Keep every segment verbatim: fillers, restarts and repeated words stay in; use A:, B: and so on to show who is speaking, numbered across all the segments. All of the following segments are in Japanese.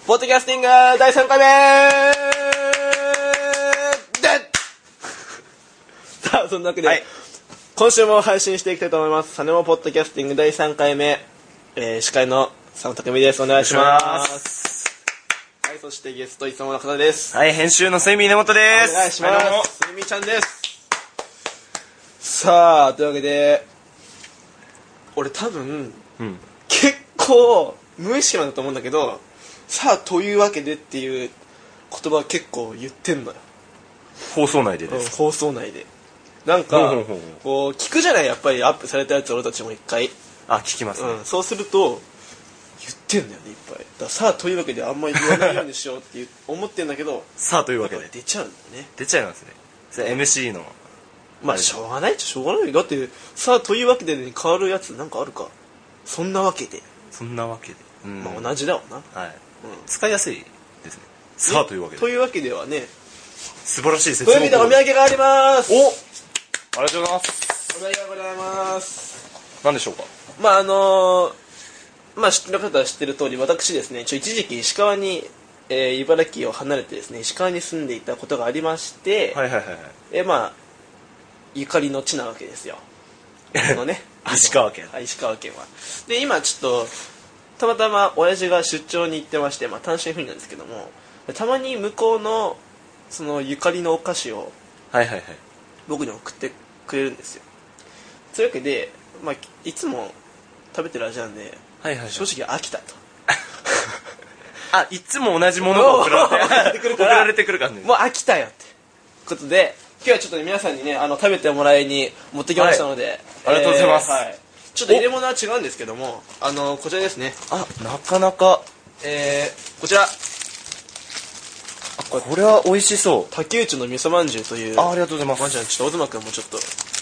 A: ポッドキャスティングだいさんかいめでさあ、そんなわけで、はい、今週も配信していきたいと思います。サネモポッドキャスティングだいさんかいめ、えー、司会の佐野匠です。お願いします。はい、そしてゲストいつもの方です。
B: はい、編集のすいみ根本です。
A: お願いします。すいみちゃんです。さあ、というわけで俺多分、うん、結構無意識なんだと思うんだけど、さあというわけでっていう言葉結構言ってんのよ。
B: 放送内でです、
A: うん、放送内でなんかほうほうほうこう聞くじゃない、やっぱりアップされたやつ俺たちも一回
B: あ聞きますね、
A: うん、そうすると言ってんだよね、いっぱい。だからさあというわけであんまり言わないようにしようって思ってんだけど
B: さあというわけで
A: 出ちゃうんだよね。
B: 出ちゃいますね。それ エムシー の
A: まあしょうがないっちゃしょうがない。だってさあというわけでに変わるやつなんかあるか。そんなわけで
B: そんなわけで、
A: うん、まあ同じだわな。
B: はい、うん、使いやすいですね。さあというわけで
A: というわけではね、
B: 素晴らしい説
A: 明。というわけでお土産があります。
B: お、ありがとうございます。
A: お土産がございます。
B: 何でしょうか。
A: まああのー、まあ知ってる方は知ってる通り、私ですね、ちょ一時期石川に、えー、茨城を離れてですね、石川に住んでいたことがありまして、
B: はいはいはい、
A: えー、まあゆかりの地なわけですよ。このね
B: 石川県
A: 石川県は。で今ちょっとたまたま親父が出張に行ってまして、まあ、単身赴任なんですけども、たまに向こうのそのゆかりのお菓子を僕に送ってくれるんですよ。というわけで、まあ、いつも食べてる味なんで、はいはいはい、正直飽きたと
B: あ、いつも同じものが送られてくるから送られてくる感じ、
A: もう飽きたよってことで、今日はちょっと、ね、皆さんにね、あの食べてもらいに持ってきましたので、
B: はい、ありがとうございます、
A: えーはい、ちょっと入れ物は違うんですけども、あのこちらですね。
B: あ、なかなか、
A: えー、こちら、あ、
B: これは美味しそう。
A: 竹内の味噌まんじゅうという。
B: あ、ありがとうございます。
A: まんじゅう、ちょっとオズマくんもちょっと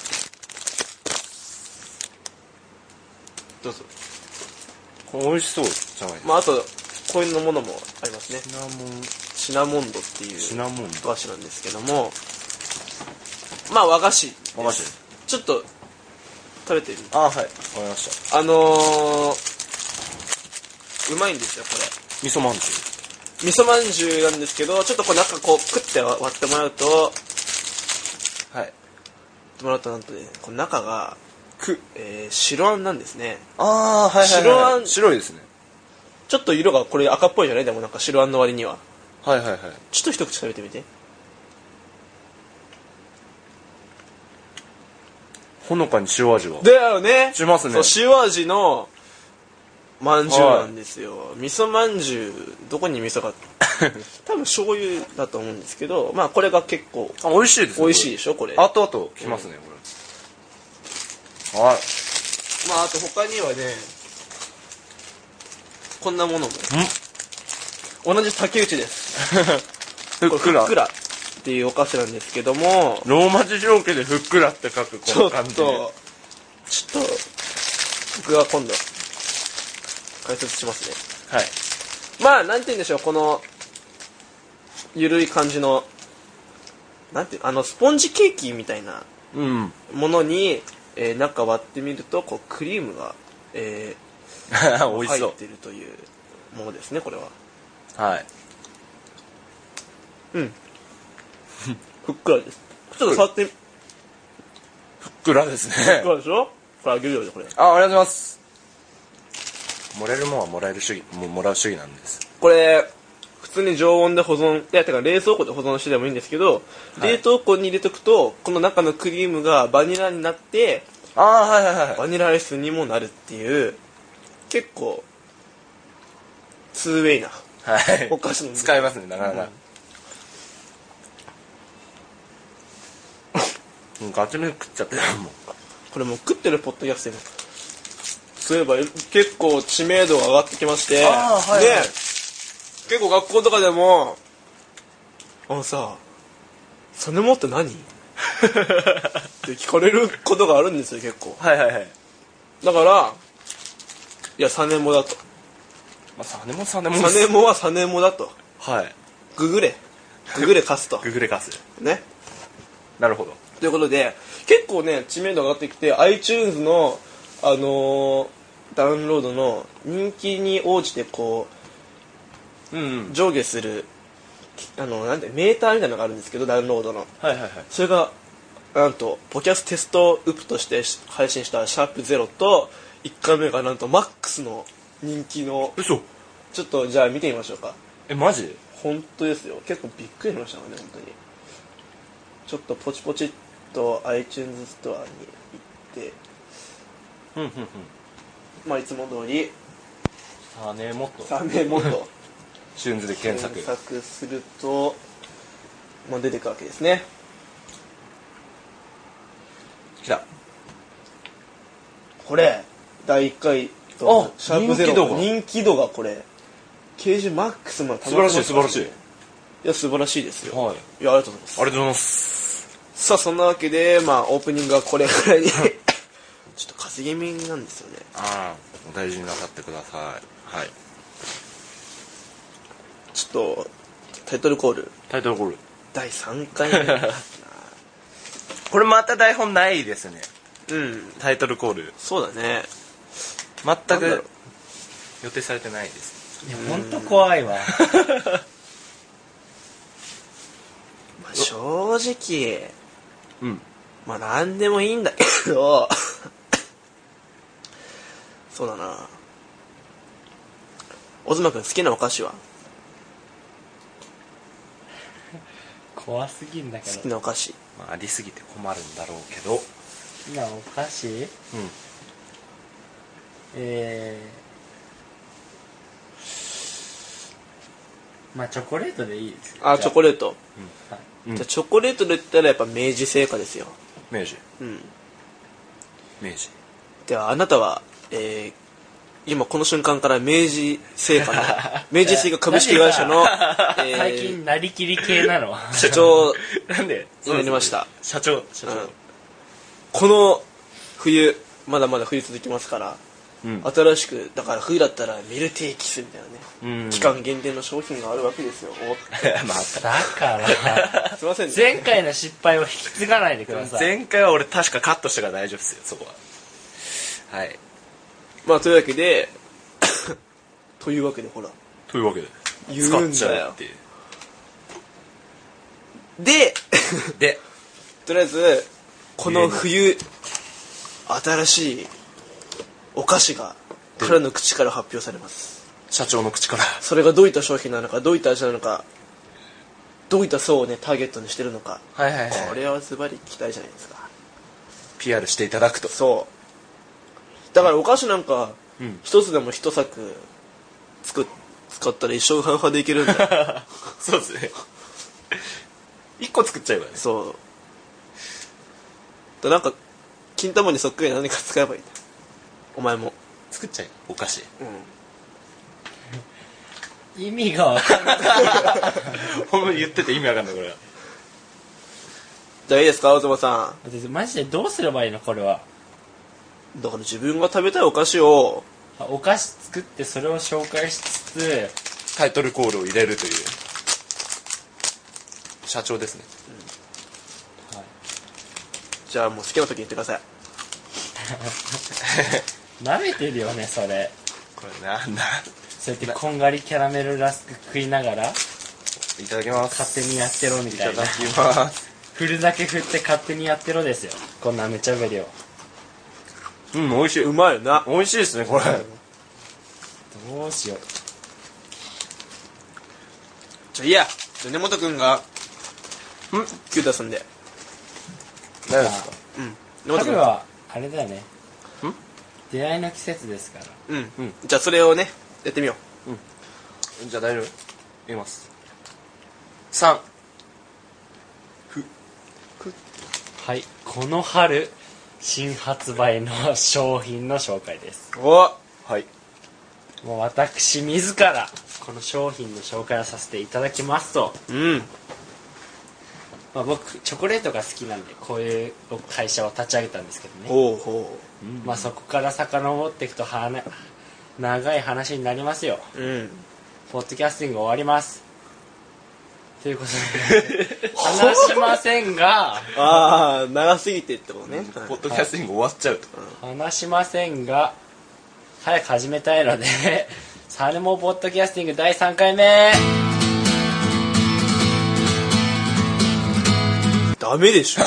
A: どうぞ。
B: これ美味しそうじゃないですか。
A: まああとこういうのものもありますね。
B: シナモン
A: シナモンドっていう
B: シナモンド
A: 和菓子なんですけども、まあ和菓子です。
B: 和菓子
A: ちょっと食べてみて。
B: あ、はい、わかりました。
A: あのー、うまいんですよこれ。
B: 味噌まんじゅ
A: う味噌まんじゅうなんですけど、ちょっとこう中こうクッて割ってもらうと、
B: はい、
A: 割ってもらうとなんとね、この中がく、えー、白あんなんですね。
B: ああ、はいはいはい、
A: 白あん、
B: 白いですね。
A: ちょっと色がこれ赤っぽいじゃない？でもなんか白あんの割には。
B: はいはいはい。
A: ちょっと一口食べてみて。
B: ほのかに塩味が
A: だよね。
B: しますね。
A: そう、塩味のまんじゅうなんですよ、はい、味噌まんじゅう、どこに味噌が多分醤油だと思うんですけど、まあこれが結構
B: あ、美味しいですね。
A: 美味しいでしょこれ。
B: あとあときますね、うん、これ。はい。
A: まああと他にはね、こんなものも同じ竹内です
B: ふっくら
A: ふっくらっていうお菓子なんですけども、
B: ローマ字表記でふっくらって書くこの感じ。
A: ちょっとちょっと僕が今度解説しますね。
B: はい。
A: まあなんて言うんでしょう、このゆるい感じのなんていうあのスポンジケーキみたいなものに、うん、えー、中割ってみるとこうクリームが、えー、
B: 美味しそう
A: 入ってるというものですね、これは。
B: はい。
A: うん。ふっくらです。ちょっと触ってみ。
B: ふっくらですね。
A: ふっくらでしょ。これあげるよこれ。
B: あ、ありがとうございます。もらえるもんはもらえる主義、もうもらう主義なんです。
A: これ普通に常温で保存、いやてか冷蔵庫で保存してでもいいんですけど、はい、冷凍庫に入れとくとこの中のクリームがバニラになって、
B: ああ、はいはいはい、
A: バニラアイスにもなるっていう結構ツーウェイな、はい、お菓子なんです。
B: 使えますね、なかなか。うん、ガチめ食っちゃってるもん。
A: これもう食ってるポッドキャストで、そういえば結構知名度が上がってきまして、
B: あ、はいはい、で
A: 結構学校とかでもあのさ、サネモって何って聞かれることがあるんですよ、結構。
B: はいはいはい。
A: だからいやサネモだと、
B: まあ、サネモサネモ
A: サネモはサネモだと、
B: はい、
A: ググれググれカスと
B: ググれカス
A: ね。
B: なるほど。
A: ということで結構ね知名度上がってきて iTunes のあのー、ダウンロードの人気に応じてこううん、上下するあのなんてメーターみたいなのがあるんですけど、ダウンロードの、はいはいはい、それがなんとポキャステストウップとして配信したシャープゼロといっかいめがなんとマックスの人気の。
B: 嘘。
A: ちょっとじゃあ見てみましょうか。
B: えマジ？
A: 本当ですよ。結構びっくりしましたね本当に。ちょっとポチポチっと iTunes ストアに行って、
B: うんうんうん、
A: まあいつも通り
B: サネモト
A: サネモト
B: シューンズで検索
A: 検索すると、まあ、出てくるわけですね。
B: 来た。
A: これだいいっかいとシャープゼロの人気度がこれケージマックスまで
B: 素晴らしい素晴らしい。
A: いや素晴らしいですよ、はい、いやありがとうございます。
B: ありがとうございます。
A: さあそんなわけで、まあ、オープニングはこれぐらいにちょっと風邪気味なんですよね。
B: ああお大事になさってください。はい。
A: ちょっとタイトルコール
B: タイトルコール
A: だいさんかいめ
B: これまた台本ないですね。
A: うん
B: タイトルコール
A: そうだね。
B: 全く予定されてないです。
C: いやほんと怖いわ
A: まあ正直
B: うん
A: まあ何でもいいんだけどそうだな、オズマくん好きなお菓子は？
C: 怖すぎんだけど。
A: 好きなお菓子、
B: まあ、ありすぎて困るんだろうけど。好
C: きなお菓子？うん。えー、まあチョコレートでいいですよ。
A: あ、チョコレート、うん、
B: はい、
A: じゃあチョコレートで言ったらやっぱ明治製菓ですよ。
B: 明治。
A: うん
B: 明治。
A: ではあなたは、えー、今この瞬間から明治製菓の明治製菓株式会社の、
C: えー、最近なりきり系なの
A: 社長
B: なんで
A: になりました。
B: 社長社長、うん、
A: この冬まだまだ冬続きますから、うん、新しくだから冬だったらミルティーキスみたいなね、うん、期間限定の商品があるわけですよ
C: まあ、だから
A: すいません、ね、
C: 前回の失敗を引き継がないでください。
B: 前回は俺確かカットしたから大丈夫ですよそこは。はい。
A: まあというわけでというわけでほら
B: というわけで
A: 言うんだよってで
B: で
A: とりあえずこの冬新しいお菓子が彼の口から発表されます。
B: 社長の口から。
A: それがどういった商品なのか、どういった味なのか、どういった層をねターゲットにしてるのか、
B: はいはいはい、
A: これはズバリ期待じゃないですか。
B: ピーアール していただくと。
A: そうだからお菓子なんか一、うん、つでも一作作っ使ったら一生半々でいけるんだ
B: そうですね一個作っちゃえばね。
A: そうだなんか金玉にそっくり何か使えばいいんだ。お前も
B: 作っちゃえお菓子。
C: うん意味が分かんない
B: ほんまに言ってて意味わかんないこれは。
A: じゃあいいですか大妻さ
C: ん。マジでどうすればいいのこれは。
A: だから自分が食べたいお菓子を
C: お菓子作ってそれを紹介しつつ
B: タイトルコールを入れるという社長ですね、
A: うんはい、じゃあもう好きな時に言ってください
C: 舐めてるよねそれ。
B: これなんだ
C: そうやってこんがりキャラメルラスク食いながら
B: いただきます。
C: 勝手にやってろみたいな。
B: いただきます。
C: 振るだけ振って勝手にやってろですよこんなめちゃぶりを。
B: うん美味しい。
A: うまいよな。
B: 美味しいですねこれ。
C: どうしよう。
A: じゃあいいやじゃあ根本くんがんキュータさんで
B: 何ですか。
A: うん
C: 春はあれだよね。出会いの季節ですから。
A: うん、うん、じゃあそれをねやってみよ
B: う。うんじゃあ大丈夫言います。さんふ
C: くはいこの春新発売の商品の紹介です。
A: お
B: はい
C: もう私自らこの商品の紹介をさせていただきますと、
A: うん
C: まあ、僕チョコレートが好きなんでこういう会社を立ち上げたんですけどね。
A: ほうほ
C: う、うんまあ、そこから遡っていくとはな長い話になりますよ。
A: うん
C: ポッドキャスティング終わりますということで話しませんが
A: ああ長すぎてってことね、うん、
B: ポッドキャスティング終わっちゃうと、
C: はい、話しませんが早く始めたいのでサネモポッドキャスティングだいさんかいめ。
A: ダメでしょ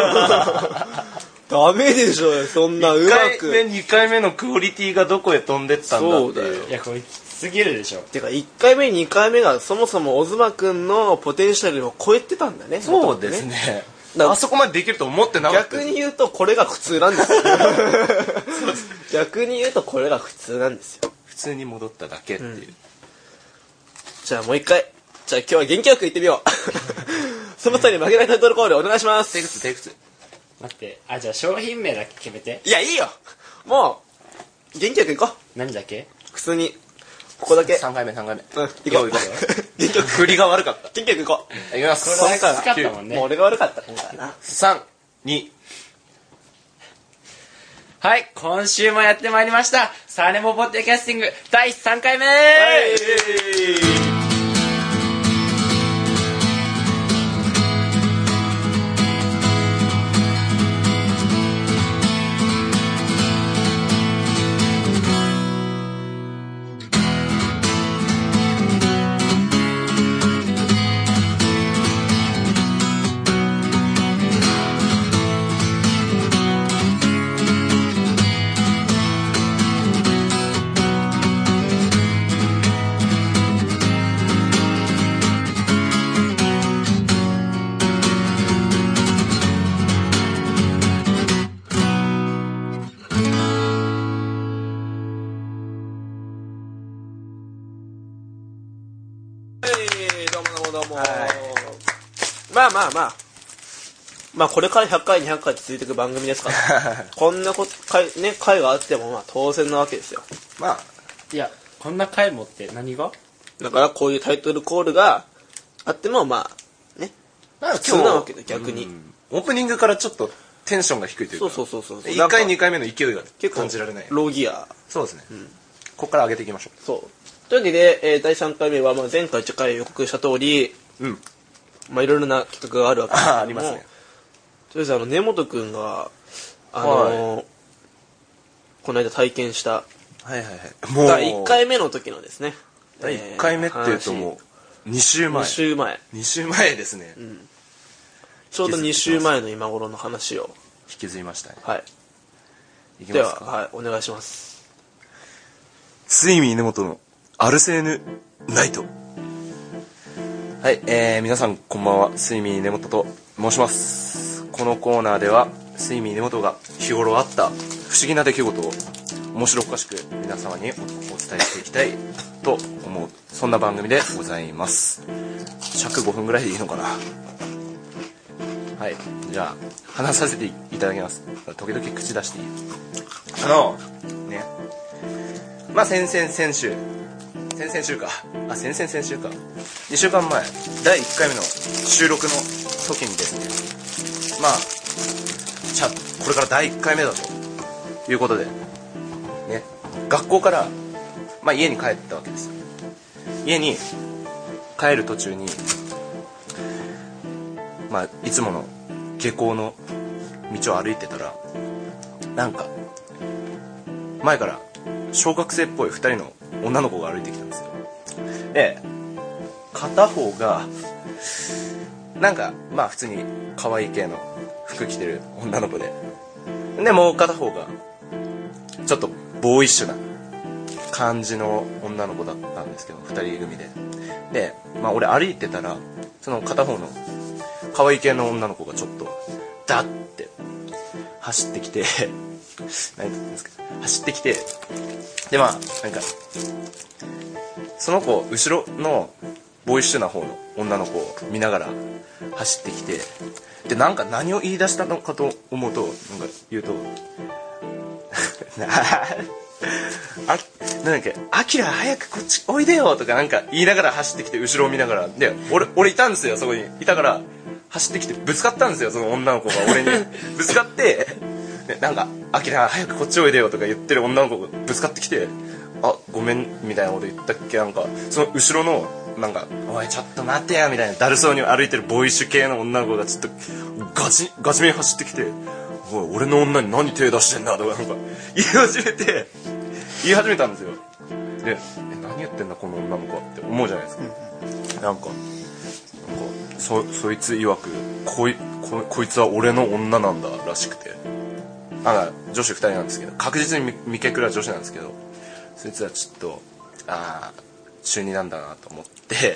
A: ダメでしょよ、そんなうまく。
B: いっかいめにかいめのクオリティがどこへ飛んでったんだっていう。
A: そうだよ。
C: いやこれきつすぎるでしょ。
A: てかいっかいめにかいめがそもそもオズマくんのポテンシャルを超えてたんだね。
B: そうですね。あそこまでできると思ってなかった。
A: 逆に言うとこれが普通なんですよ逆に言うとこれが普通なんですよ。
B: 普通に戻っただけっていう、うん、
A: じゃあもう一回、じゃあ今日は元気よくいってみようその際に負けないタイトルコールお願いします。
B: テイクツーテイクツー。
C: 待って、あ、じゃあ商品名だけ決めて。
A: いやいいよ、もう元気よくいこう。
C: 何だけ？
A: 普通にここだけ。
B: さんかいめさんかいめ。
A: うん、行こう行こう元気よく。
B: 振りが悪かった。
A: 元気よくいこう。
B: いきます。
C: これはきつかったもんね。
A: もう俺が悪かった今回な。
B: さん、に。
C: はい、今週もやってまいりましたサネモポッドキャスティングだいさんかいめー、はい
A: まあまあまあまあこれからひゃっかいにひゃっかいって続いていく番組ですからこんなこ回、ね、回があってもまあ当然なわけですよ。
B: まあ
C: いやこんな回もって何が
A: だからこういうタイトルコールがあってもまあね普通なわけで逆に、うん、
B: オープニングからちょっとテンションが低いというか、
A: そうそうそうそう
B: いっかいにかいめの勢いが感じられない。
A: ローギア。
B: そうですね、うん、ここから上げていきましょう。
A: そうというわけで、えー、だいさんかいめはまあ前回次回予告した通り、
B: うん
A: まあいろいろな企画があるわけですけども、
B: あ, ありますね。
A: とりあえずあの根本くんがあのーはい、この間体験した
B: はいはいはいもう
A: だいいっかいめの時のですね。
B: だいいっかいめっていうともうに週前。
A: に週前。
B: に週前ですね。うん、
A: ちょうどに週前の今頃の話を
B: 引きずりましたね。
A: はい。
B: いきますか。
A: でははいお願いします。
B: 睡眠根本のアルセーヌナイト。はい、えー、皆さんこんばんは。睡眠根本と申します。このコーナーでは睡眠根本が日頃あった不思議な出来事を面白おかしく皆様にお伝えしていきたいと思う、そんな番組でございます。尺ごふんぐらいでいいのかな。はい、じゃあ話させていただきます。時々口出していい？あのねまあ先々先週先々週かあ先々先週かにしゅうかんまえだいいっかいめの収録の時にですね、まあちゃこれからだいいっかいめだということでね、学校からまあ家に帰ったわけですよ。家に帰る途中にまあいつもの下校の道を歩いてたらなんか前から小学生っぽいふたりの女の子が歩いてきたんですよ。で片方がなんかまあ普通に可愛い系の服着てる女の子で、でもう片方がちょっとボーイッシュな感じの女の子だったんですけど、ふたり組ででまあ俺歩いてたらその片方の可愛い系の女の子がちょっとダッて走ってきて何て言うんですか、走ってきてでまあなんかその子後ろのボーイッシュな方の女の子を見ながら走ってきて、でなんか何を言い出したのかと思うとなんか言うとあなんだっけアキラ早くこっちおいでよとかなんか言いながら走ってきて後ろを見ながらで俺俺いたんですよ、そこにいたから走ってきてぶつかったんですよ、その女の子が俺にぶつかってでなんかアキラ早くこっちおいでよとか言ってる女の子がぶつかってきて、あごめんみたいなこと言ったっけ、なんかその後ろのなんかおいちょっと待ってやみたいなだるそうに歩いてるボーイッシュ系の女の子がちょっとガチガチめに走ってきて、おい俺の女に何手出してんだとかなんか言い始めて言い始めたんですよ。でえ何言ってんだこの女の子はって思うじゃないですか、うん、なんかなんか そ, そいつ曰くこい こ, こいつは俺の女なんだらしくて、あ女子ふたりなんですけど、確実に三毛くらい女子なんですけど、そいつはちょっとああ中二なんだなと思って、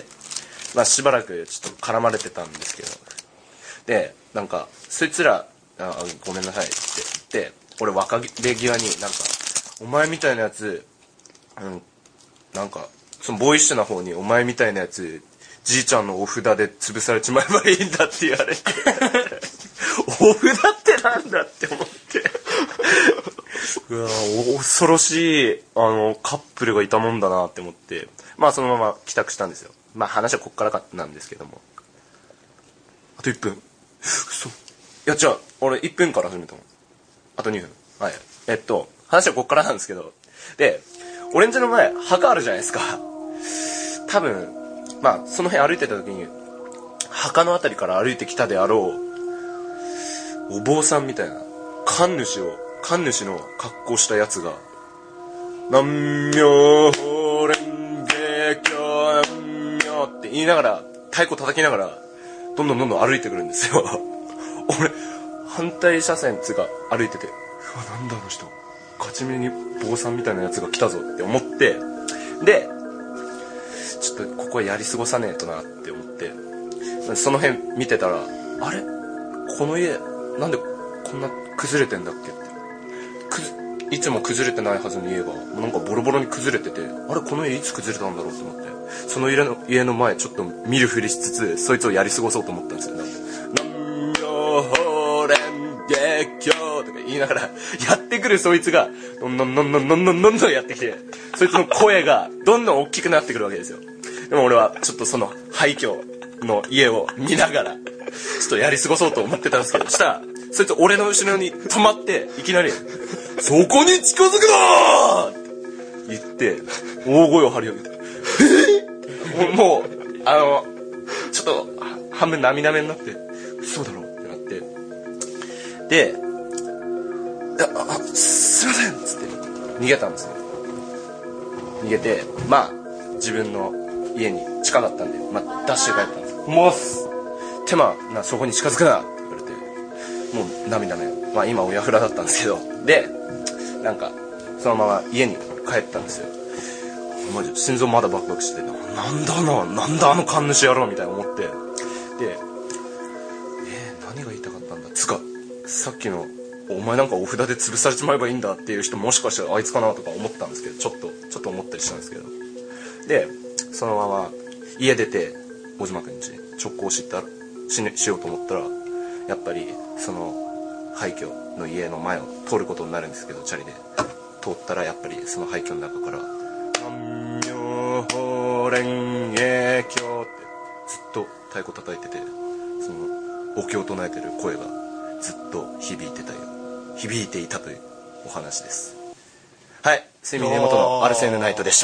B: まあしばらくちょっと絡まれてたんですけど、でなんかそいつらあごめんなさいって言って、俺別れ際になんかお前みたいなやつ、うん、なんかそのボーイッシュな方にお前みたいなやつじいちゃんのお札で潰されちまえばいいんだって言われてお札ってなんだって思ってうわ恐ろしいあのカップルがいたもんだなって思って、まあそのまま帰宅したんですよ。まあ話はこっからかなんですけども、あといっぷん嘘いやじゃあ俺いっぷんから始めたの、あとにふん、はいえっと話はこっからなんですけど、で俺ん家の前墓あるじゃないですか。多分まあその辺歩いてた時に墓のあたりから歩いてきたであろうお坊さんみたいな神主を神主の格好したやつが南無法蓮華経南無って言いながら太鼓叩きながらどんどんどんどん歩いてくるんですよ俺反対車線つうか歩いてて、うわなんだあの人勝ち目に坊さんみたいなやつが来たぞって思って、でちょっとここはやり過ごさねえとなって思ってその辺見てたら、あれこの家なんでこんな崩れてんだっけって、くいつも崩れてないはずの家がなんかボロボロに崩れてて、あれこの家いつ崩れたんだろうと思って、その家の家の前ちょっと見るふりしつつそいつをやり過ごそうと思ったんですよ。南無法蓮華経とか言いながらやってくるそいつがどんどんどんどんどんどんどんどんやってきて、そいつの声がどんどん大きくなってくるわけですよ。でも俺はちょっとその廃墟の家を見ながらちょっとやり過ごそうと思ってたんですけど、したらそいつ俺の後ろに止まっていきなりそこに近づくなーって言って大声を張り上げてえもうあのちょっと半分涙目になって嘘だろってなって、でああすいませんっつって逃げたんですよ。逃げてまあ自分の家に近かったんで、まあ、ダッシュで帰ったんですよ。もう手間なそこに近づくなって言われてもう涙目、まあ今親フラだったんですけど、でなんかそのまま家に帰ったんですよ。マジ心臓まだバクバクしてて、なんだななんだあの神主野郎みたいな思って、でえー、何が言いたかったんだつかさっきのお前なんかお札で潰されちまえばいいんだっていう人もしかしたらあいつかなとか思ったんですけど、ちょっとちょっと思ったりしたんですけど、でそのまま家出て小島君家直行したし, しようと思ったらやっぱりその廃墟の家の前を通ることになるんですけど、チャリで通ったらやっぱりその廃墟の中から南無法蓮華経ってずっと太鼓叩いてて、そのお経を唱えてる声がずっと響いてたよ響いていたというお話です。はい、睡眠根元のアルセーヌナイトでした。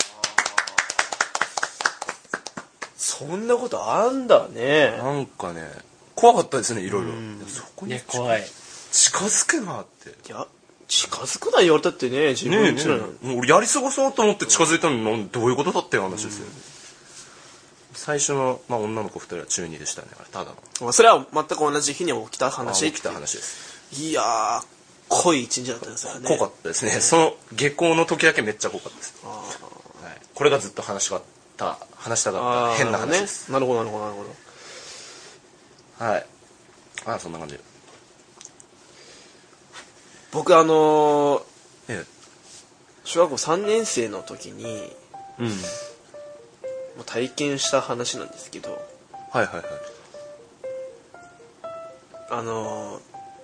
A: そんなことあんだね。
B: なんかね怖かったですね、いろいろ。そこに
C: 怖い
B: 近づくなって。
A: いや近づくな言われたってね、自分ちの、
B: ねえねえ、俺やり過ごそうと思って近づいたのにどういうことだっていう話ですよね。最初の、まあ、女の子ふたりは中にでしたね、あれただ
A: の。それは全く同じ日に起きた話。
B: 起きた話です。
A: いやー濃い一日だったんですよね。
B: 濃かったですね。その下校の時だけめっちゃ濃かったです。あ、はい、これがずっと話したかった話したかった変な話です、
A: ね、なるほどなるほどなるほ
B: ど。はい、ああそんな感じ。
A: 僕あのー
B: ええ、
A: 小学校さんねん生の時に、うん、体験した話なんですけど、
B: はいはいはい、
A: あのー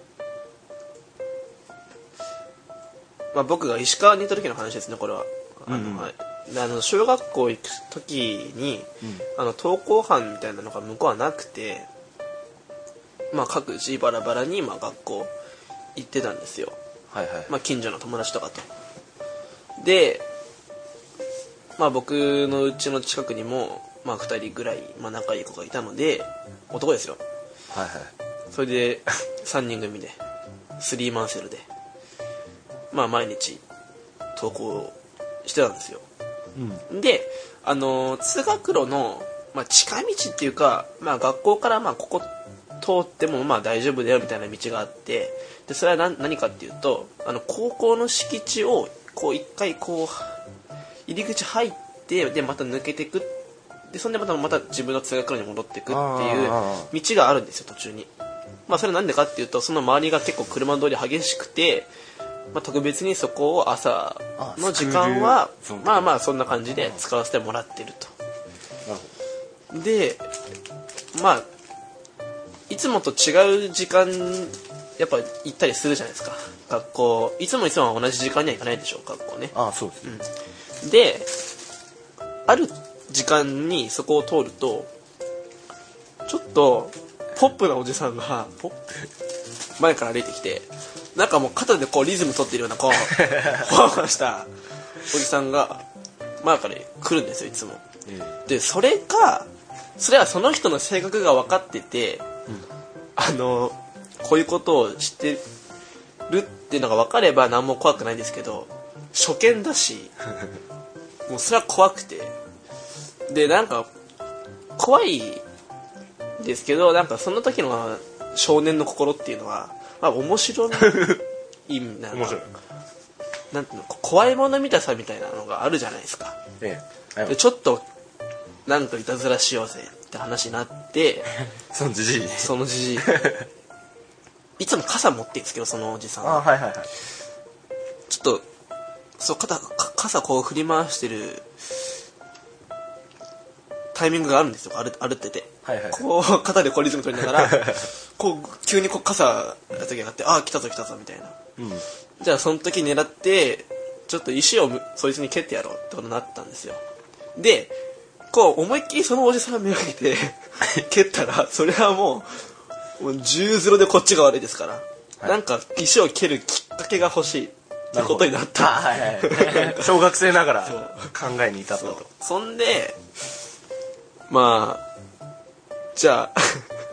A: まあ、僕が石川にいた時の話ですね、これは。あの、うん、はい、あの小学校行く時に、うん、あの登校班みたいなのが向こうはなくて、まあ、各自バラバラに、まあ、学校行ってたんですよ、はいはい、まあ、近所の友達とかと。で、まあ、僕の家の近くにも、まあ、ふたりぐらい、まあ、仲いい子がいたので、男ですよ、はいはい、それでさんにん組でスリーマンセルで、まあ、毎日登校してたんですよ。 うん、で、あのー、通学路の、まあ、近道っていうか、まあ、学校からまあここ通ってもまあ大丈夫だよみたいな道があって、でそれは 何, 何かっていうと、あの高校の敷地をこう一回こう入り口入ってでまた抜けていく、でそんでまたまた自分の通学路に戻っていくっていう道があるんですよ、途中に。まあ、それなんでかっていうと、その周りが結構車通り激しくて、まあ、特別にそこを朝の時間はまあまあそんな感じで使わせてもらってると。でまあいつもと違う時間やっぱ行ったりするじゃないですか、学校。いつもいつもは同じ時間には行かないでしょ、学校ね。
B: ああ、そうですね、
A: うん、である時間にそこを通るとちょっとポップなおじさんがポップ前から歩いてきて、なんかもう肩でこうリズム取ってるようなこうほわほわしたおじさんが前から来るんですよ、いつも。でそれがそれはその人の性格が分かってて、うん、あのこういうことを知ってるっていうのが分かれば何も怖くないんですけど、初見だしもうそれは怖くて、でなんか怖いですけど、なんかその時の少年の心っていうのは、まあ、面白い意味なの面白いなんていうの、怖いもの見たさみたいなのがあるじゃないですか、ええ、でちょっとなんかいたずらしようぜって話になって
B: そのじじい
A: そのじじいいつも傘持ってるんですけど、そのおじさん
B: は、あ、はいはいはい、
A: ちょっとそう 肩傘こう振り回してるタイミングがあるんですよ、歩, 歩ってて、はいはいはい、こう肩でこうリズム取りながらこう急にこう傘やった時があって、ああ来たぞ来たぞみたいな、うん、じゃあその時狙ってちょっと石をそいつに蹴ってやろうってことになったんですよ。でこう思いっきりそのおじさんをめがけて蹴ったら、それはもう、もうじゅうゼロでこっちが悪いですから、はい、なんか石を蹴るきっかけが欲しいってことになった、はいはい、
B: 小学生ながら考えに至ったと。
A: そ, そんでまあじゃあ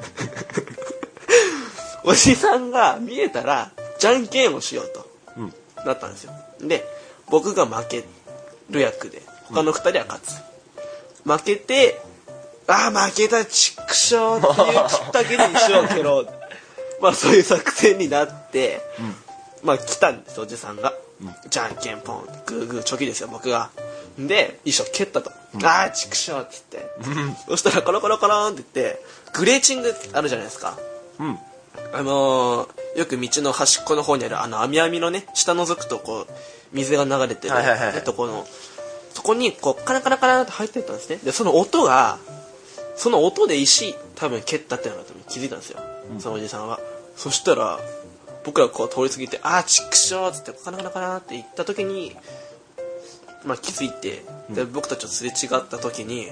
A: おじさんが見えたらじゃんけんをしようと、うん、なったんですよ。で僕が負ける役で他のふたりは勝つ、うん、負けてああ負けたちくしょうっていうきっかけに石を蹴ろうまあそういう作戦になって、うん、まあ来たんですおじさんが、うん、じゃんけんポングーグーチョキですよ僕が。で石を蹴ったと、うん、あーチクショーっつって、うん、そしたらコロコロコロンって言ってグレーチングあるじゃないですか、うん、あのー、よく道の端っこの方にあるあの網網のね下覗くとこう水が流れてる、はいはいはい、とこのそこにこうカラカラカラって入ってったんですね。でその音がその音で石多分蹴ったっていうのが気づいたんですよ、うん、そのおじさんは。そしたら僕らこう通り過ぎてあーチクショーっつってカラカラカラって言った時にまあ、気づいて、で僕たちとすれ違った時に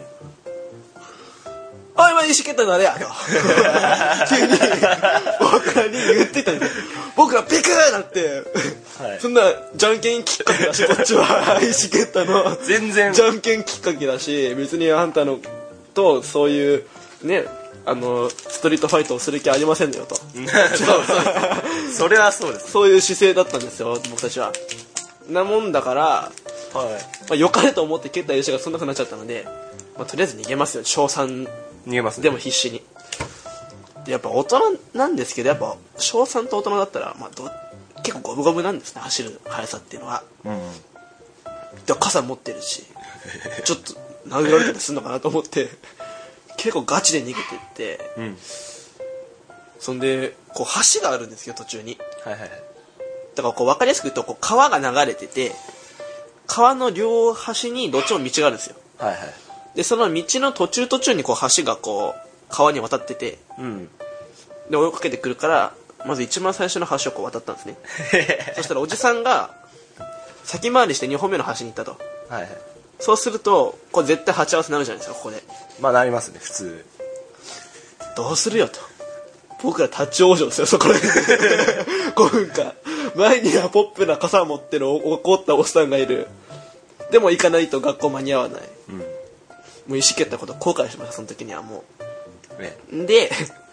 A: 「おい今石蹴ったのあれや」と急に僕らに言ってたんです。僕らピクーなって、はい、そんなじゃんけんきっかけだしこっちは石蹴ったの全然じゃんけんきっかけだし、別にあんたのとそういうねあのストリートファイトをする気ありませんよとそう
B: そうそれはそうです、
A: そういう姿勢だったんですよ僕たちは。なもんだからはいまあ、よかれと思って蹴った石がそんな風になっちゃったので、まあ、とりあえず逃げますよ小さん
B: 逃げます、ね、
A: でも必死に。でやっぱ大人なんですけどやっぱ小さんと大人だったら、まあ、ど結構ゴムゴムなんですね走る速さっていうのは、うん、で傘持ってるしちょっと殴られたりするのかなと思って結構ガチで逃げてって、うん、そんでこう橋があるんですよ途中に、はいはいはい、だからこう分かりやすく言うとこう川が流れてて川の両端にどっちも道があるんですよ、はいはい、でその道の途中途中にこう橋がこう川に渡ってて、うん、で追いかけてくるからまず一番最初の橋をこう渡ったんですねそしたらおじさんが先回りしてにほんめの橋に行ったと、はいはい、そうするとこれ絶対鉢合わせになるじゃないですかここで。
B: まあなりますね普通。
A: どうするよと僕ら立ち往生ですよそこでごふんかん前にはポップな傘を持ってる怒ったおっさんがいる。でも行かないと学校間に合わない、うん、もう石蹴ったこと後悔しましたその時にはもう、ね、で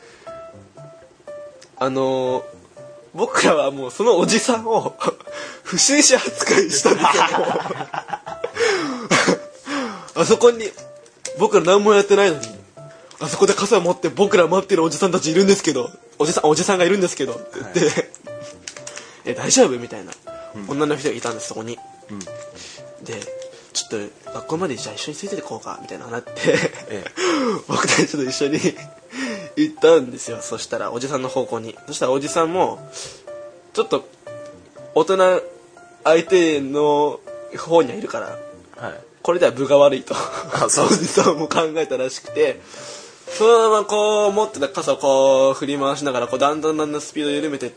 A: あのー、僕らはもうそのおじさんを不審者扱いしたんですよあそこに僕ら何もやってないのに、あそこで傘を持って僕ら待ってるおじさんたちいるんですけど、おじさんおじさんがいるんですけどって言って、はい、え大丈夫みたいな、うん、女の人がいたんですそこに、うん、でちょっと学校までじゃあ一緒についていこうかみたいななって、ええ、僕たちと一緒に行ったんですよ。そしたらおじさんの方向に、そしたらおじさんもちょっと大人相手の方にはいるから、はい、これでは分が悪いとあそうおじさんも考えたらしくて、そのままこう持ってた傘をこう振り回しながらこうだんだんだんだんスピードを緩めてって、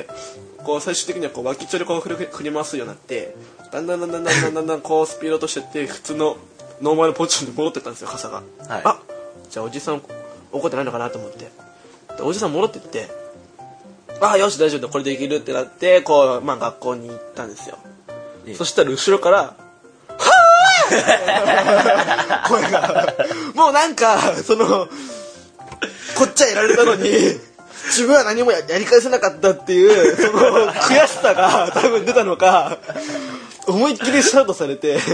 A: こう最終的にはこう脇っちょでこう振り振り回すようになって、だんだんだんだんだんだんだんだんこうスピード落としてって普通のノーマルポジションに戻ってったんですよ傘が、はい、あじゃあおじさん怒ってないのかなと思って、でおじさん戻ってってああよし大丈夫だこれでいけるってなってこう、まあ、学校に行ったんですよ。そしたら後ろからはぁ声がもうなんかそのこっちはやられたのに自分は何も や, やり返せなかったっていうその悔しさが多分出たのか思いっきりシャウトされて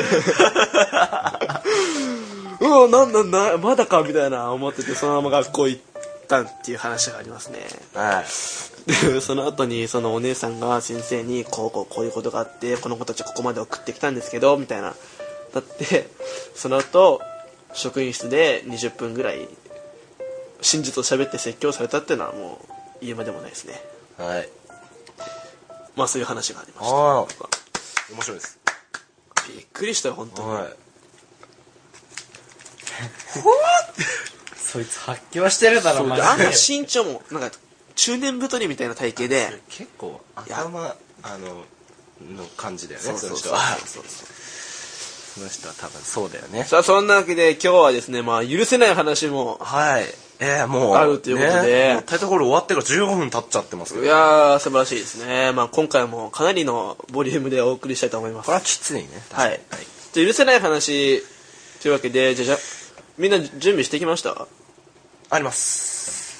A: うわなんなんだまだかみたいな思ってて、そのまま学校行ったっていう話がありますね。はいでその後にそのお姉さんが先生にこうこうこういうことがあってこの子たちここまで送ってきたんですけどみたいなだって、その後職員室でにじゅっぷんぐらい真実を喋って説教されたっていうのはもう言うまでもないですね。はい。まあそういう話がありました。ああ面
B: 白いです。
A: びっくりしたよ本当に。はい
C: そいつ発狂してるだろマジで。
A: あんな身長もなんか中年太りみたいな体型で
B: 結構頭あのの感じだよね。
A: そうそうそうそうそう
B: その人は多分そうだよね。
A: さあそんなわけで今日はですね、まあ許せない話も
B: はいえー、もう
A: あるということで、
B: ね、タイトルコール終わってからじゅうごふん経っちゃってますけど、
A: いやー素晴らしいですね。まあ今回もかなりのボリュームでお送りしたいと思います。
B: これはきついね。
A: はい、はい、じゃあ許せない話というわけで、じゃあじゃみんな準備してきました？
B: あります。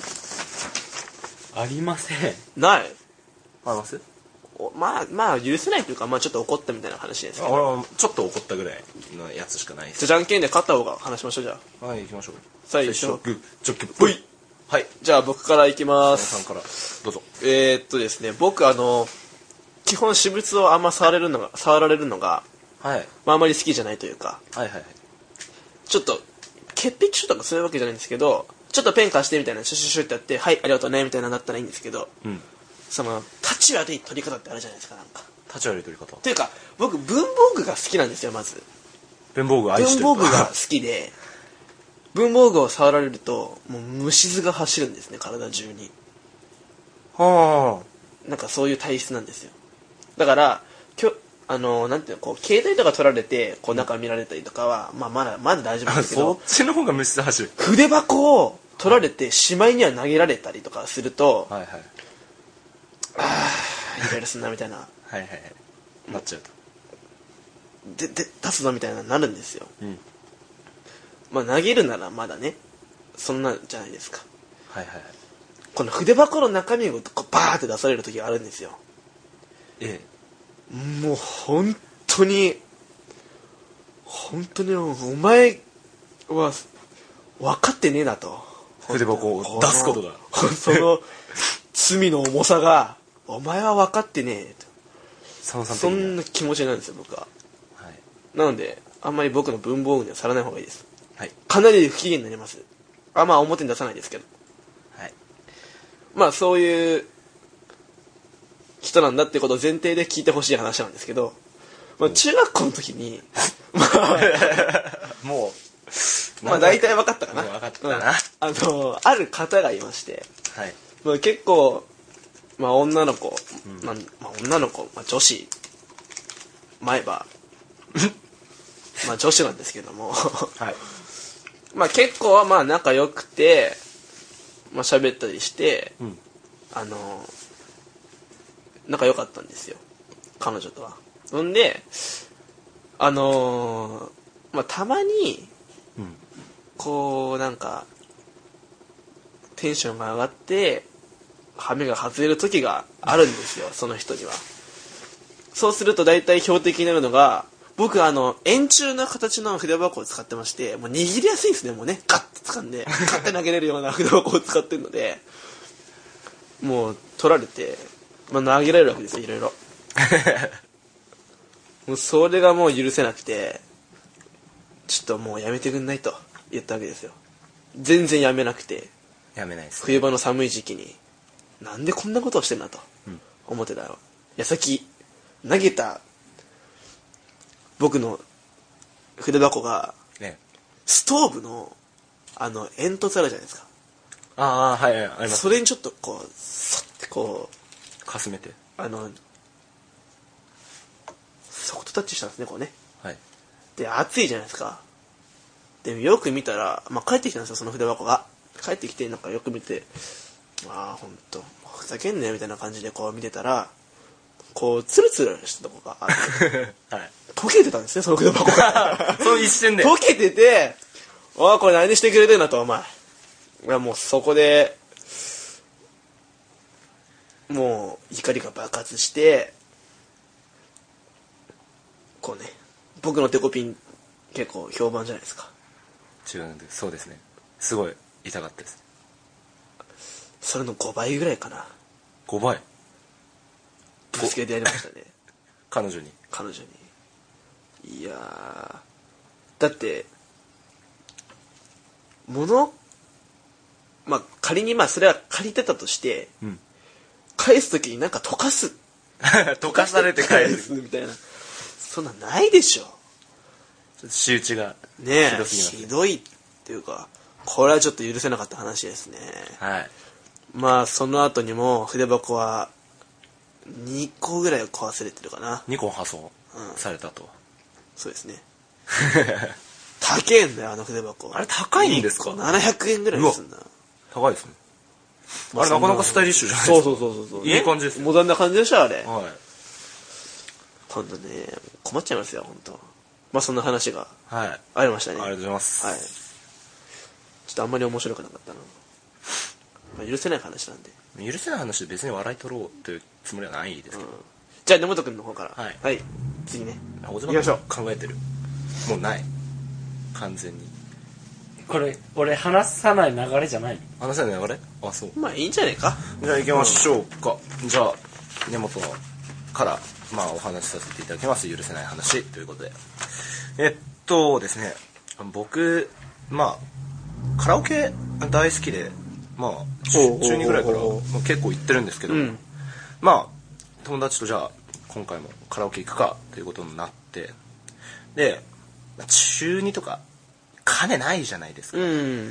C: ありません。
A: ない
B: あります。
A: まあまあ許せないというか、まあちょっと怒ったみたいな話ですけど、
B: 俺はちょっと怒ったぐらいのやつしかないです。
A: じゃあじゃんけんで勝った方が話しましょう。じゃあ
B: はい行きましょう。
A: 最初
B: グーチョキポイ。
A: はい、じゃあ僕からいきます。
B: さんからどうぞ。
A: えー、っとですね僕あの基本私物をあんま触れるのが触られるのが、はいまあ、あまり好きじゃないというか、はいはいはい、ちょっと潔癖症とかそういうわけじゃないんですけど、ちょっとペン貸してみたいなシュシュシュってやってはいありがとうねみたいなのだったらいいんですけど、うん、その立ち悪い取り方ってあるじゃないですか。なんか
B: 立ち悪い取り方
A: というか僕文房具が好きなんですよ。まず
B: 文房具愛してる。
A: 文房具が好きで文房具を触られるともう虫唾が走るんですね体中に。はあなんかそういう体質なんですよ。だからきょあのなんていうのこう携帯とか取られてこう中見られたりとかは、まあ、まだまだ大丈夫なんですけど、
B: そっちの方が虫唾走る。
A: 筆箱を取られてしまいには投げられたりとかすると、はいはい、ああイライラすんなみたいなはいはいはい
B: なっちゃうと
A: でで出すぞみたいななるんですよ、うん、まあ投げるならまだねそんなんじゃないですか。はいはいはい。この筆箱の中身をこうバーって出される時があるんですよ。ええもう本当に本当にお前は分かってねえなと。
B: 筆箱を出すことが
A: その罪の重さがお前は分かってねえとそんな気持ちなんですよ僕は、はい、なのであんまり僕の文房具にはさらない方がいいです、はい、かなり不機嫌になります。あまあ表に出さないですけど、はい、まあそういう人なんだってことを前提で聞いてほしい話なんですけど、まあ、中学校の時にまあ
B: もう
A: まあ大体分かったかな。
B: 分かったな、うん、
A: あのある方がいまして、はいまあ、結構、まあ、女の子、うんまあまあ、女の子、まあ、女子前歯まあ女子なんですけども、はい、まあ結構はまあ仲良くて、まあ喋ったりして、うん、あの仲良かったんですよ彼女とは。ほんであのー、まあたまに、うん、こうなんかテンションが上がって羽目が外れる時があるんですよその人には。そうすると大体標的になるのが僕あの円柱の形の筆箱を使ってまして、もう握りやすいんですね。もうねガッて掴んでガッて投げれるような筆箱を使ってるので、もう取られて、まあ、投げられるわけですよ、いろいろ。もうそれがもう許せなくて、ちょっともうやめてくんないと言ったわけですよ。全然やめなくて、
B: やめないですね。
A: 冬場の寒い時期になんでこんなことをしてんだと思ってたよ。矢先投げた僕の筆箱が、
B: ね、
A: ストーブのあの煙突あるじゃないですか。
B: ああ、はい、はい、あります。
A: それにちょっとこうそってこう
B: かすめて、
A: あのソフトタッチしたんですね、こうね。
B: はい。
A: で熱いじゃないですか。でよく見たら、まあ、帰ってきたんですよ、その筆箱が。帰ってきてなんかよく見て、ああほんとふざけんなよみたいな感じでこう見てたら、こうツルツルしたとこがあって、はい、溶けてたんですね、その筆箱が。
B: その一瞬で
A: 溶けてて、ああこれ何してくれてんだと、お前。いやもうそこでもう怒りが爆発して、こうね、僕のテコピン結構評判じゃないですか。
B: 違うんで、そうですね、すごい痛かったです。
A: それのごばいぐらいかな。
B: ごばい
A: ぶつけてやりましたね。
B: 彼女に
A: 彼女に。いやー、だって物、まあ仮にまあそれは借りてたとして、うん、返す時になんか溶かす
B: 溶かされて返す
A: みたいな、そんなんないでしょ。
B: 仕打ちが
A: ねえ、ひどいっていうか、これはちょっと許せなかった話ですね。
B: はい。
A: まあその後にも筆箱はにこぐらい壊されてるかな。
B: にこ破損されたと、うん、
A: そうですね。高えんだよ、あの筆箱。
B: あれ高いんですか？
A: ななひゃくえんぐらいすんだ。
B: 高いですね。あれなかなかスタイリッシュじゃない
A: ですか。そうそうそうそう、
B: いい感じです、ね、
A: モダンな感じでしょ、あれ。
B: はい。
A: 今度ね、困っちゃいますよ、本当。まあそんな話がありましたね。
B: はい、ありがとうございます。
A: はい。ちょっとあんまり面白くなかったな。まあ、許せない話なんで。
B: 許せない話で別に笑い取ろうというつもりはないですけど、うん、
A: じゃあ根本君の方から、
B: はい、
A: はい、次ね
B: 行きましょう。考えてる、もうない完全に。
C: これ俺話さない流れじゃない？
B: 話さない流れ？あ、そう。
A: まあいいんじゃないか。
B: じゃあ行きましょうか、うん、じゃあ根本からまあお話しさせていただきます。許せない話ということで、えっとですね、僕まあカラオケ大好きで、まあ中にぐらいから結構行ってるんですけど、うん、まあ友達とじゃあ今回もカラオケ行くかということになって、で中にとか金ないじゃないですか。
A: うん、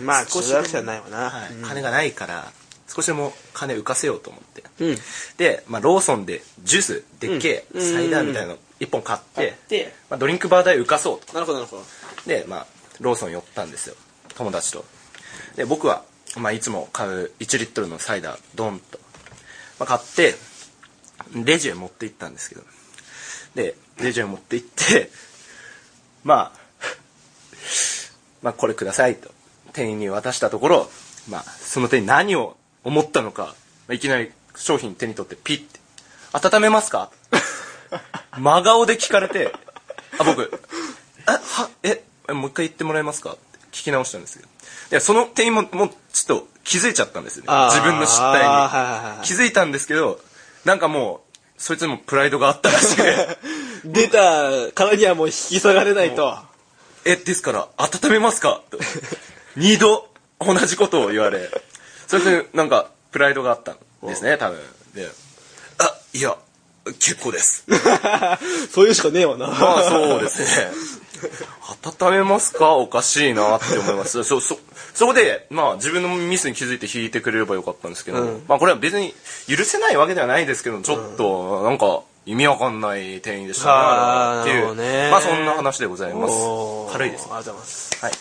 A: まあ中学生はないわな、
B: はい、うん、金がないから少しでも金浮かせようと思って、
A: うん、
B: で、まあ、ローソンでジュースでっけえサイダーみたいなのいっぽん買って、うんまあ、ドリンクバー代浮かそうと。
A: なるほどなるほど。
B: で、まあ、ローソン寄ったんですよ、友達と。で僕は、まあ、いつも買ういちリットルのサイダードンと、まあ、買ってレジへ持って行ったんですけど、でレジへ持って行ってまあまあこれくださいと店員に渡したところ、まあその店員何を思ったのか、いきなり商品手に取ってピッて温めますか真顔で聞かれて、あ僕えはえもう一回言ってもらえますかって聞き直したんですけど、でその店員ももうちょっと気づいちゃったんですよね、自分の失態に気づいたんですけど、なんかもうそいつにもプライドがあったらしく
A: 出たからにはもう引き下がれないと。
B: えですから温めますかと二度同じことを言われ、それでなんかプライドがあったんですね多分。で、あいや結構です
A: そういうしかねえわな。
B: まあそうですね温めますかおかしいなって思いますそ, そ, そこでまあ自分のミスに気づいて引いてくれればよかったんですけど、うん、まあこれは別に許せないわけではないですけど、ちょっとなんか意味わかんない店員でしたねっていう、ね、まあそんな話でございます。軽いです、ね、
A: ありがとうございます。
B: はい。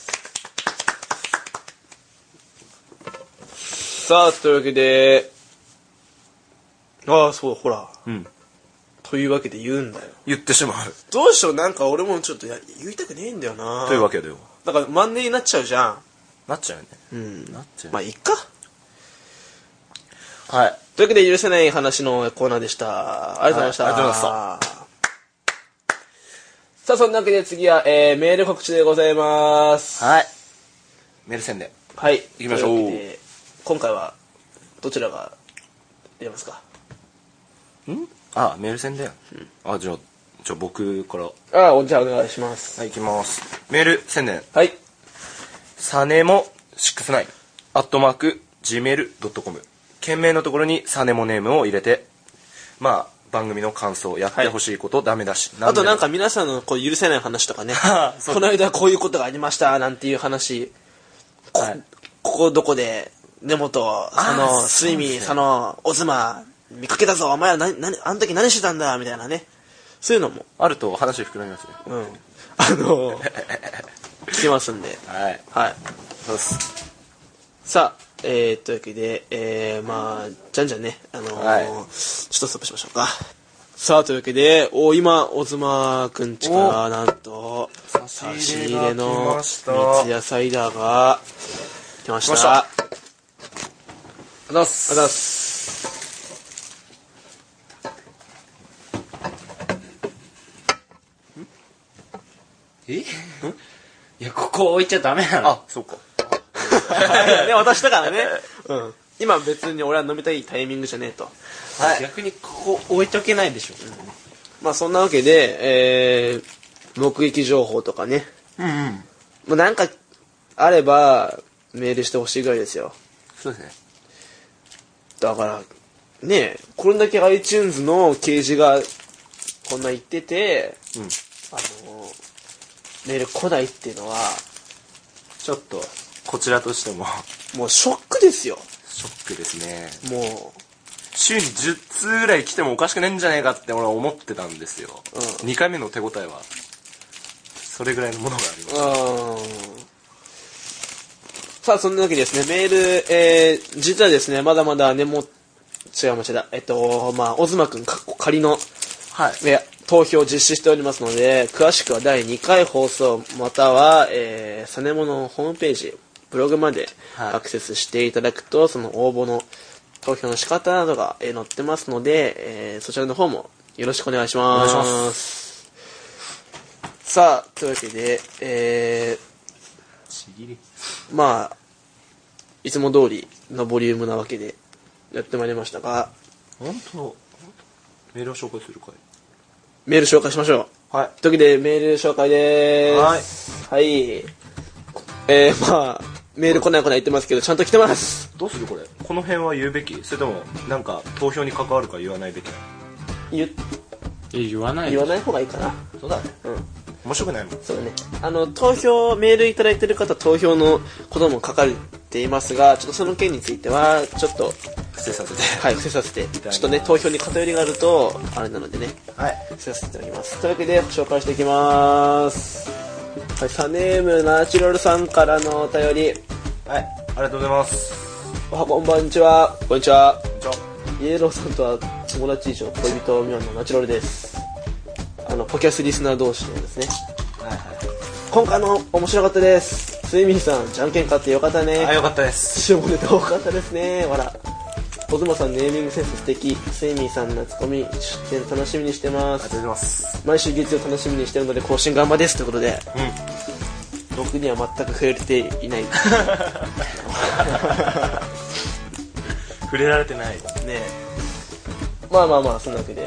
A: さあというわけで、ああそうほら、
B: うん、
A: というわけで言うんだよ。
B: 言ってしまう。
A: どうしよう、なんか俺もちょっとや言いたくねえんだよな。
B: というわけでよ。
A: だからマンネリになっちゃうじゃん。
B: なっちゃうよね。
A: うん。
B: なっちゃう。
A: まあいいか。
B: はい。
A: というわけで許せない話のコーナーでした。ありがとうございました。
B: はい、ありがとうございました。
A: さあそんなわけで次は、えー、メール告知でございます。
B: はい。メール宣伝。
A: はい。
B: 行きましょう。
A: 今回はどちらが入れますか？
B: ん？あ、メール宣伝。うん、あ、じゃあじゃあ僕から。
A: ああ、じゃあお願いします。
B: はい、行きます。メール宣伝。
A: はい。
B: サネモろくじゅうきゅうアットマーク ジーメールドットコム。件名のところにサネモネームを入れて、まあ番組の感想、やってほしいこと、はい、ダメだし、
A: あとなんか皆さんのこう許せない話とかねこの間こういうことがありましたなんていう話、こ、はい、ここどこで根本その睡眠、そのオズマ見かけたぞ、お前ら何何あの時何してたんだみたいなね、そういうのも
B: あると話膨らみますね。
A: うん、あの聞きますんで、
B: はい
A: はい
B: そうです。
A: さあ、えー、というわけで、えー、まあじゃんじゃんね、あのーはい、ちょっとストップしましょうか。さあというわけで、お今オズマくんちからなんと差し入れの三ツ矢サイダーが来ました。来ました。ありがとうございます。ありがとうございます。
C: え？いや、ここ置いちゃダメなの。
B: あ、そうか。
A: ね、渡したからね。うん。今別に俺は飲みたいタイミングじゃねえと。
C: はい。逆にここ置いとけないでしょ。うん、
A: まあそんなわけで、えー、目撃情報とかね。
B: うんうん。
A: もうなんかあればメールしてほしいぐらいですよ。
B: そうですね。
A: だからね、これだけ iTunes の掲示がこんな言ってて、うん、あのメール来ないっていうのはちょっと
B: こちらとしても
A: もうショックですよ。
B: ショックですね。
A: もう
B: 週にじゅっつうぐらい来てもおかしくないんじゃないかって俺は思ってたんですよ、うん、にかいめの手応えはそれぐらいのものがありました。
A: さあそんなわけでですね、メール、えー、実はですねまだまだねも違う間違だえっとまあオズマくん仮の、はい、投票を実施しておりますので、詳しくはだいにかい放送または、えー、サネモのホームページブログまでアクセスしていただくと、はい、その応募の投票の仕方などが、えー、載ってますので、えー、そちらの方もよろしくお願いします。お願いします。さあというわけで、えー、まあいつも通りのボリュームなわけでやってまいりましたが、
B: 本当メールを紹介するかい。
A: メール紹介しましょう。はい。というわけでメール紹介でーす。はい。はい。えー、まあメール来ない来ない言ってますけどちゃんと来てます。
B: どうするこれ。この辺は言うべき、それともなんか投票に関わるか言わないべき。
A: 言
C: 言わない。
A: 言わない方がいいかな。
B: そうだね。うん。面白くないもん。
A: そうだね。あの投票メールいただいてる方投票のことも書かれていますが、ちょっとその件についてはちょっと
B: 伏せさせて。
A: はい、伏せさせて。ちょっとね投票に偏りがあるとあれなのでね。
B: はい。
A: 伏せさせていただきます。というわけで紹介していきます。はい、サネームナチュラルさんからのお便り。
B: はい、ありがとうございます。
A: おはこんばんちは。こんにちは。
B: こんにちは。
A: イエローさんとは友達以上恋人未満のナチュラルです。あのポキャスリスナー同士のですね。はいはい。今回の面白かったです。スイミーさんじゃんけん勝ってよかったね。
B: あ、よかったです。
A: 下ネタ多かったですね。わら。小妻さんネーミングセンス素敵。スイミーさん夏コミ出展楽しみにしてます。
B: ありがとうございます。
A: 毎週月曜楽しみにしてるので更新頑張ですということで。うん。僕には全く触れていない。
B: 触れられてない。ね
A: え。まあまあまあそんなわけで。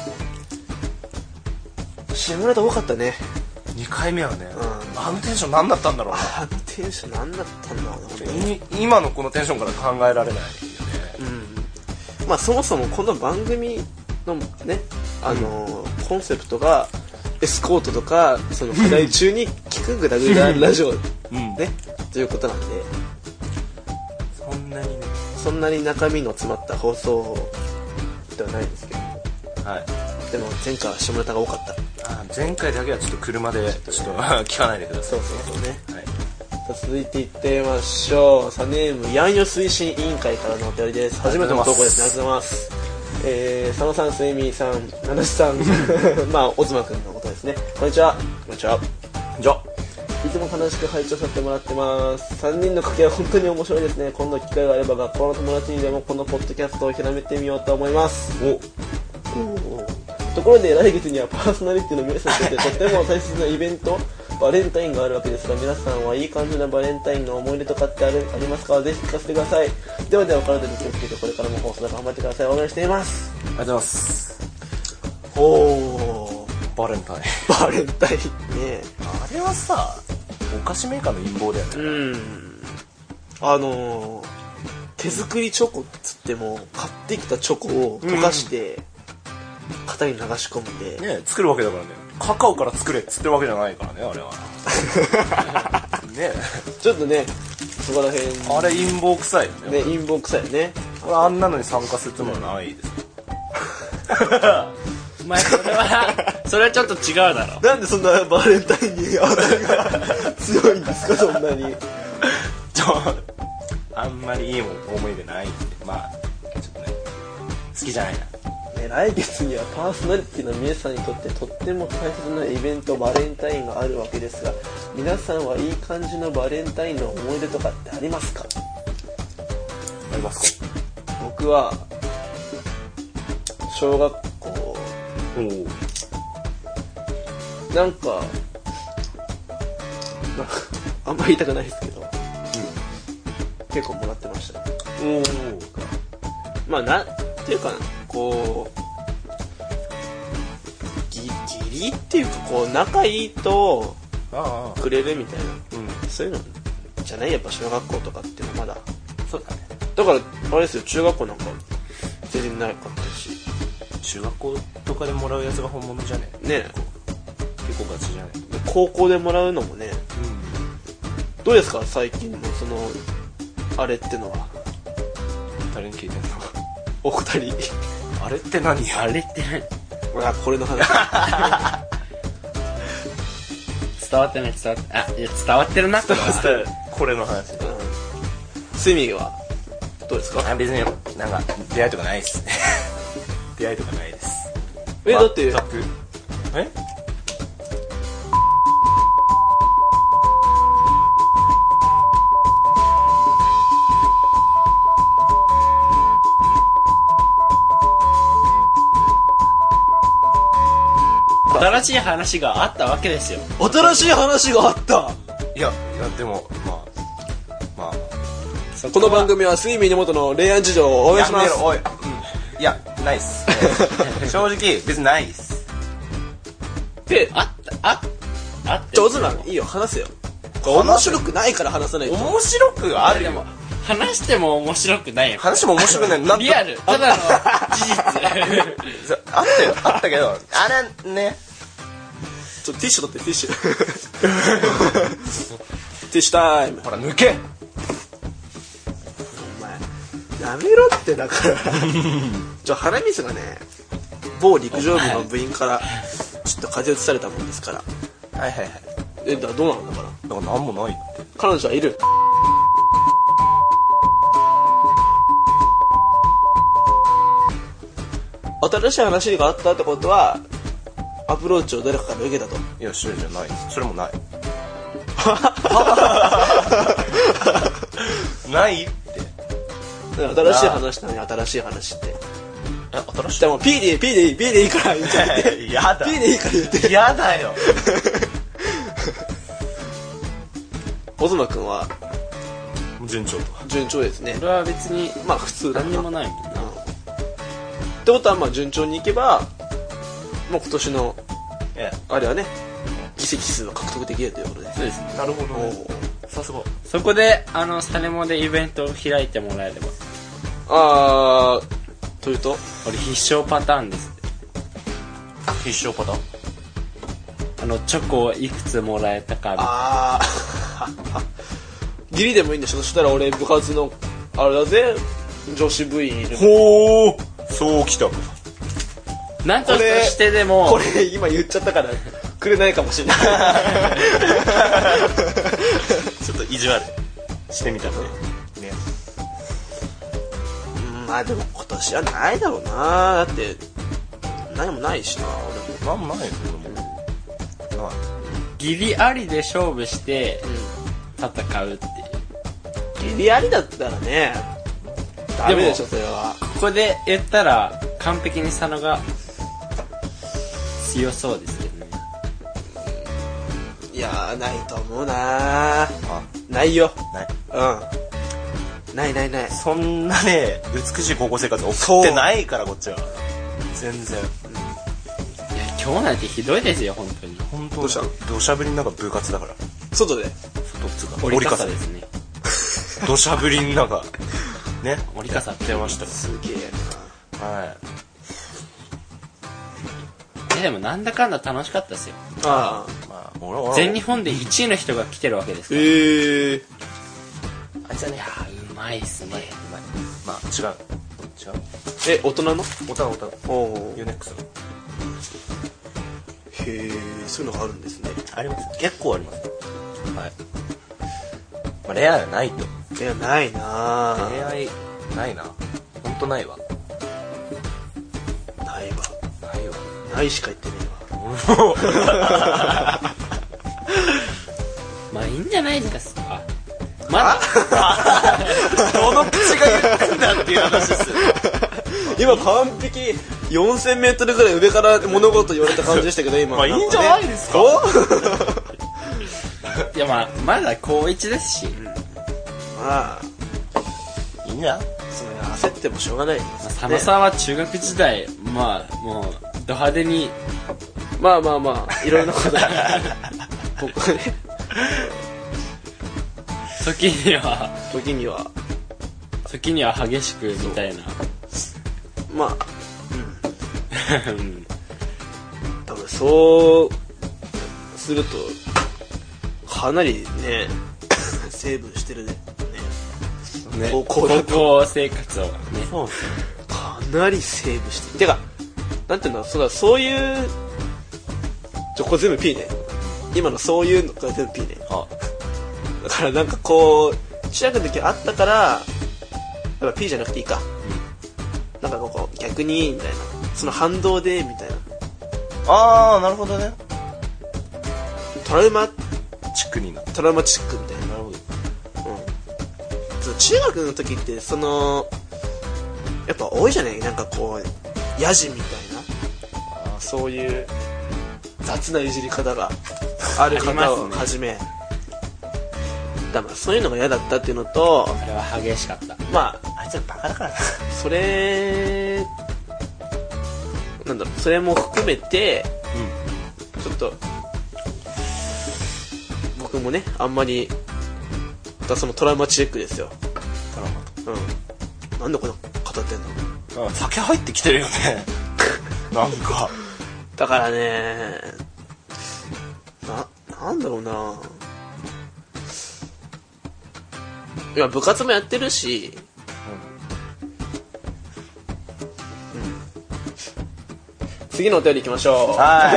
A: 下ネタ多かったね。
B: にかいめはね、うん、あのテンション何だったんだろうね。
A: あのテンション何だったんだろう
B: ね。今のこのテンションから考えられないよね。
A: うん。まあそもそもこの番組のね、あのーうん、コンセプトがエスコートとかその課題中に聞くグダグダラジオね、うん、ということなんで、
B: そんなにね、
A: そんなに中身の詰まった放送ではないんですけど、はい。でも前回は下ネタが多かった。
B: あ、前回だけはちょっと車でちょっと聞かないでください。
A: そうそうそうね。はい。さあ続いていってみましょう。サネームヤンヨ推進委員会からのお便りです。初めての投稿ですね。ありがとうございます。えー、佐野さん、スイミーさん、ナナシさん、まあオズマくんのことですね。こんにちは。こんにちは。じゃ。いつも楽しく拝聴させてもらってます。さんにんの掛けは本当に面白いですね。今度機会があれば学校の友達にでもこのポッドキャストを広めてみようと思います。お。おところで来月にはパーソナリティの皆さんにとってとても大切なイベントバレンタインがあるわけですが、皆さんはいい感じなバレンタインの思い出とかってあるありますか？ぜひ聞かせてください。ではでは、お体に気をつけてこれからも放送で頑張ってください。応援しています。
B: ありがとうございます。
A: おー、
B: バレンタイン
A: バレンタインね。
B: あれはさ、お菓子メーカーの陰謀だよね。
A: うん、あのー、手作りチョコっつっても買ってきたチョコを溶かして型に流し込んで、
B: ね、作るわけだからね。カカオから作れっつってるわけじゃないからね、あれはね、ち
A: ょっとね、そこら辺
B: あれ陰謀臭いよね。
A: ね、陰謀臭いよね。
B: 俺あんなのに参加するつもりはないです。
C: お前それはそれはちょっと違うだろ。
A: なんでそんなバレンタインに当たりが強いんですか、そんなに。
B: ちょあんまりいい思い出ないんで、まあちょっとね、好きじゃないな。
A: ね、来月にはパーソナリティの皆さんにとってとっても大切なイベントバレンタインがあるわけですが、皆さんはいい感じのバレンタインの思い出とかってありますか？
B: ありますか？
A: 僕は小学校なんかあんまり言いたくないですけど、うん、結構もらってましたね。おまあなんていうかな、こうギギリっていうか、こう仲いいとくれるみたいな、うん、そういうのじゃない、やっぱ小学校とかっていうのはまだ。
B: そうだね。
A: だからあれですよ、中学校なんか全然なかったし。
B: 中学校とかでもらうやつが本物じゃねえ
A: ね。
B: 結構ガチじゃねえ。
A: 高校でもらうのもね、うん、どうですか最近のそのあれってのは。
B: 誰に聞いてんの？
A: お二人。
B: あれって何？
C: あれって何？
A: ほら、これの話。
C: 伝わってない、伝わって、あ、いや伝わってるなって
B: これの話。うん。
A: スミはどうですか？
B: あ、別になんか出会いとかないですね。出会いとかないです。
A: え、だって
B: え？
C: 新しい話があったわけですよ。
A: 新しい話があった。
B: いやいや、でもまあまあ
A: この番組はスイミーの元の恋愛事情を応援します。
B: おい、うん、いやないっす。正直別にないっす。
A: で、
C: あったああって
A: 上手なのいいよ、話せよ。面白くないから話さないと。
B: 面白くあるよ。
C: 話しても面白くないよ。
B: 話も面白くない。なん
C: リアル、ただの事実。
B: あったよ、あったけど、あれね。
A: ちょっとティッシュ取って、ティッシュ。ティッシュタイム。
B: ほら抜け。
A: お前やめろって。だからちょ鼻水がね、某陸上部の部員からちょっと風邪移されたもんですから。
B: はいはいはい。
A: え、だどうなのだから。
B: だからなんもないって。
A: 彼女はいる。新しい話があったってことはアプローチを誰かから受けたと。
B: いや、それじゃない。それもない。ないって。
A: 新しい話なのに新しい話って。
B: え、新しい。
A: でも P でいい P でいい P でいいから言っちゃって。
B: やだ。
A: P でいいから言って。
B: やだよ。
A: 小妻くんは
B: 順調と。
A: 順調ですね。
C: これは別に
A: まあ普通だな。
C: 何にもないもんな。
A: ってことはまあ順調にいけばもう今年のあれはね、議席数は獲得できるということです。
C: そうですね。
B: なるほどね。さすが。
C: そこであのスタネモでイベントを開いてもらえれば。
A: あーというと
C: これ必勝パターンです。
B: 必勝パターン。
C: あのチョコをいくつもらえたかみたいな。
A: あーギリでもいいんでしょ。そしたら俺部活のあれだぜ、女子部員いる。
B: ほー、そうきた。
C: なんとしてでも
A: これ今言っちゃったからくれないかもしれない。
B: ちょっと意地悪してみたね。ね。
A: うん、まあでも今年はないだろうな。だって何もないしな。
B: 俺も何もないよ。俺もない。
C: ギリありで勝負して戦うっていう。
A: ギリありだったらね、ダメでしょそれは。
C: ここで言ったら完璧に佐野が強そうですけどね。
A: いやーないと思うなー。ないよ。
B: ない。
A: うん。ないないない。
B: そんなね美しい高校生活送ってないからこっちは。全然。
C: いや今日なんてひどいですよ本当に。
B: 本当
A: どうしたの？
B: 土砂降りの中部活だから。
A: 外で。
B: 外っつうか
C: 折り傘ですね。
B: 土砂降りの中ね折り傘ってました。
A: すげえ
B: な。はい。
C: えでもなんだかんだ楽しかったですよ。
A: ああ。
B: まあ俺俺
C: 全日本でいちいの人が来てるわけですから。
A: えー。
B: あいつはね
C: いやーうまいっすね。
B: うまい。まあ違う違う。
A: え、大人の？
B: おたおた
A: おー。
B: ユーネックス
A: へえ、そういうのがあるんですね。
B: あります。結構あります。はい。まあレアはないと。
A: いや、ないなー。
B: 恋愛ないな。ほんとないわ。
A: ないわ。
B: ないわ。
A: ないしか言ってね
C: まあいいんじゃないですか。まだ
B: どの口が言ってんだっていう話ですよ。
A: えわ。今完璧よんせんメートルぐらい上から物事言われた感じでしたけど、今。
B: まあいいんじゃないですか。
C: いやまあまだ高いちですし、
A: まあ、
B: いいんじゃん。
A: その焦ってもしょうがないです、ね。
C: まあ、佐野さんは中学時代まあもうド派手に
A: まあまあまあ、いろいろなこと僕はね、
C: 時には
A: 時には、
C: 時には激しくみたいな。
A: まあ、
C: うん
A: 多分そうすると、かなりね、セーブしてるね。
C: ね、
A: 高校だと
C: 高校生活をね。
B: そうですね。
A: かなりセーブしてる。てか、なんていうんだ、そうだ、そういう、ちょ、これ全部 P ね。今のそういうのが全部 P ね。
B: あ、
A: だからなんかこう、中学の時あったから、やっぱ P じゃなくていいか。なんかこう、逆に、みたいな。その反動で、みたいな。
B: あー、なるほどね。
A: トラウマ、
B: チックになった。
A: トラウマチックみたいな。
B: なるほど。
A: うん。その中学の時って、その、やっぱ多いじゃない？なんかこう、ヤジみたいな。そういう、雑ないじり方がある方をはじめ。だからそういうのが嫌だったっていうのと、
C: あれは激しかった。
A: まあ、
B: あいつはバカだからな。
A: それ、なんだろう、それも含めて、ちょっと、僕もね、あんまり、だそのトラウマチェックですよ。
B: トラウマと。
A: うん。なんでこんな語ってんの？
B: あ、酒入ってきてるよね。なんか。
A: だからね、な、なんだろうな。今部活もやってるし、うんうん、次のお便り行きましょう。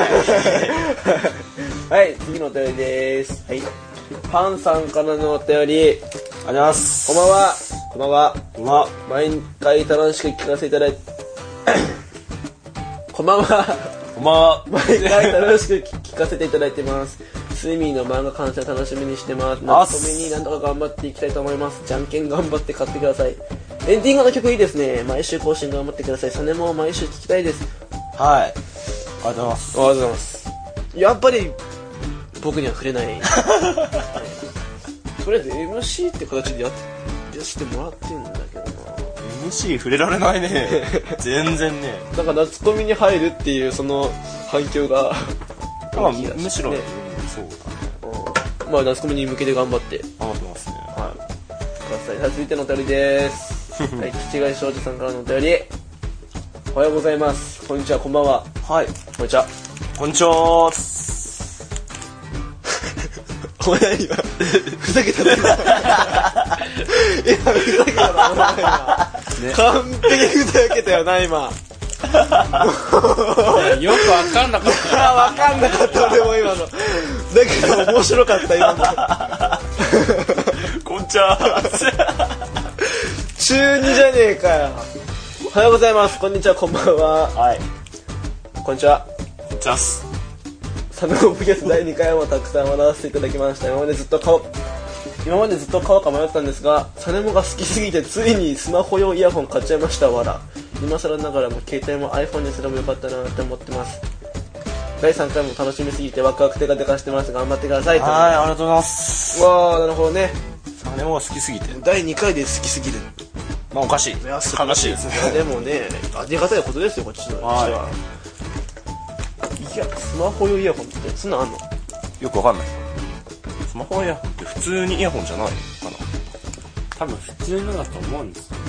A: はいはい、次のお便りです。はい、パンさんからのお便り、ありがとうございます。こんばんは。こんばんは。こんばんは。毎回楽しく聞かせていただいてこんばんは。
B: こんばんは。
A: 毎回楽しく聞かせていただいてます。スイミーの漫画完成楽しみにしてます。夏コミになんとか頑張っていきたいと思います。じゃんけん頑張って買ってください。エンディングの曲いいですね。毎週更新頑張ってください。サネも毎週聞きたいです。
B: はい。ありがとうございます。
A: ありがとうございます。やっぱり僕には触れない。とりあえず エムシー って形でやってしてもらってんだけどな。
B: エムシー 触れられないね。全然ね。
A: なんか夏コミに入るっていうその反響が
B: まあ、むしろ、ね、そう
A: だね。まあ夏コミに向けて頑張って
B: 頑張ってますね。
A: はい。ください。続いてのお便りです。はい、気違い庄司さんからのお便り。おはようございます。こんにちは、こんばんは。
B: はい。
A: こんにちは。
B: こんにちは。
A: お前今ふざけたな今。今ふざけたなお前今。ね、完璧ふざけたよな今。
C: よくわかんなかった。
A: わかんなかった俺も今の。だけど面白かった今の。
B: こんにちは。
A: 中二じゃねえかよ。おはようございます。こんにちは、こんばんは。
B: はい。
A: こんにちは。
B: こんにちは。
A: サブコンプキャスだいにかいもたくさん笑わせていただきました。今までずっと買おう今までずっと買おうか迷ってたんですが、サネモが好きすぎてついにスマホ用イヤホン買っちゃいました。わら。今更ながらも携帯も iPhone にすればよかったなって思ってます。 だいさんかいも楽しみすぎてワクワクテカテカしてます。頑張ってください。
B: はい、ありがとうございます。
A: わー、なるほどね。
B: サネモは好きすぎて、
A: だいにかいで好きすぎる。
B: まあおかしい、
A: いや
B: 悲しいですね。
A: でもね、ありがたいことですよ、こっちの。
B: はい
A: は。いや、スマホ用イヤホンってそんなんあんの？
B: よくわかんない。スマホイヤホンって普通にイヤホンじゃないかな。
C: 多分普通のだと思うんですよね。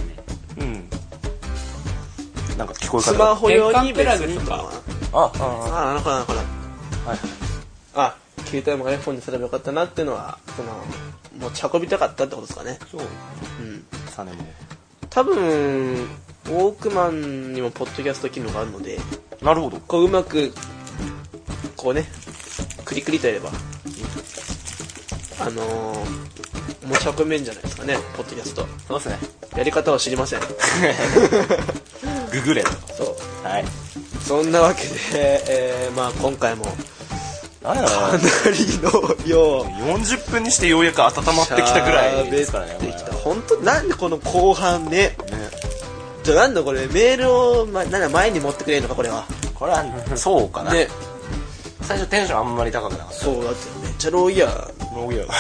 B: うん。なんか聞こえ方
A: スマホ用に別に
C: 変換プラグとか。
B: あ、あ、
A: ああ、なるほどなるほど。
B: はい。
A: あ、携帯も iPhone にすればよかったなっていうのは、その持ち運びたかったってことですかね。
B: そう。
A: うん。
B: サネモ。
A: 多分ウォークマンにもポッドキャスト機能があるので、
B: なるほど。
A: こううまくこうね、クリクリとやれば、あのー、持ち運べんじゃないですかね、ポッドキャスト。
B: そうですね。
A: やり方は知りません。
B: ググれと。
A: そう。
B: はい。
A: そんなわけで、えー、まあ今回も
B: なんや
A: かなりのよう
B: よんじゅっぷんにしてようやく温まってきたぐらいですからね。
A: できた。本当なんでこの後半ね。ね。じゃあなんだこれ、メールを、ま、なんだ前に持ってくれるのかこれは。
B: これはそうかな。
A: ね。
B: 最初テンションあんまり高くなかった。
A: そうだってめっちゃローイヤー。
B: ローイヤー。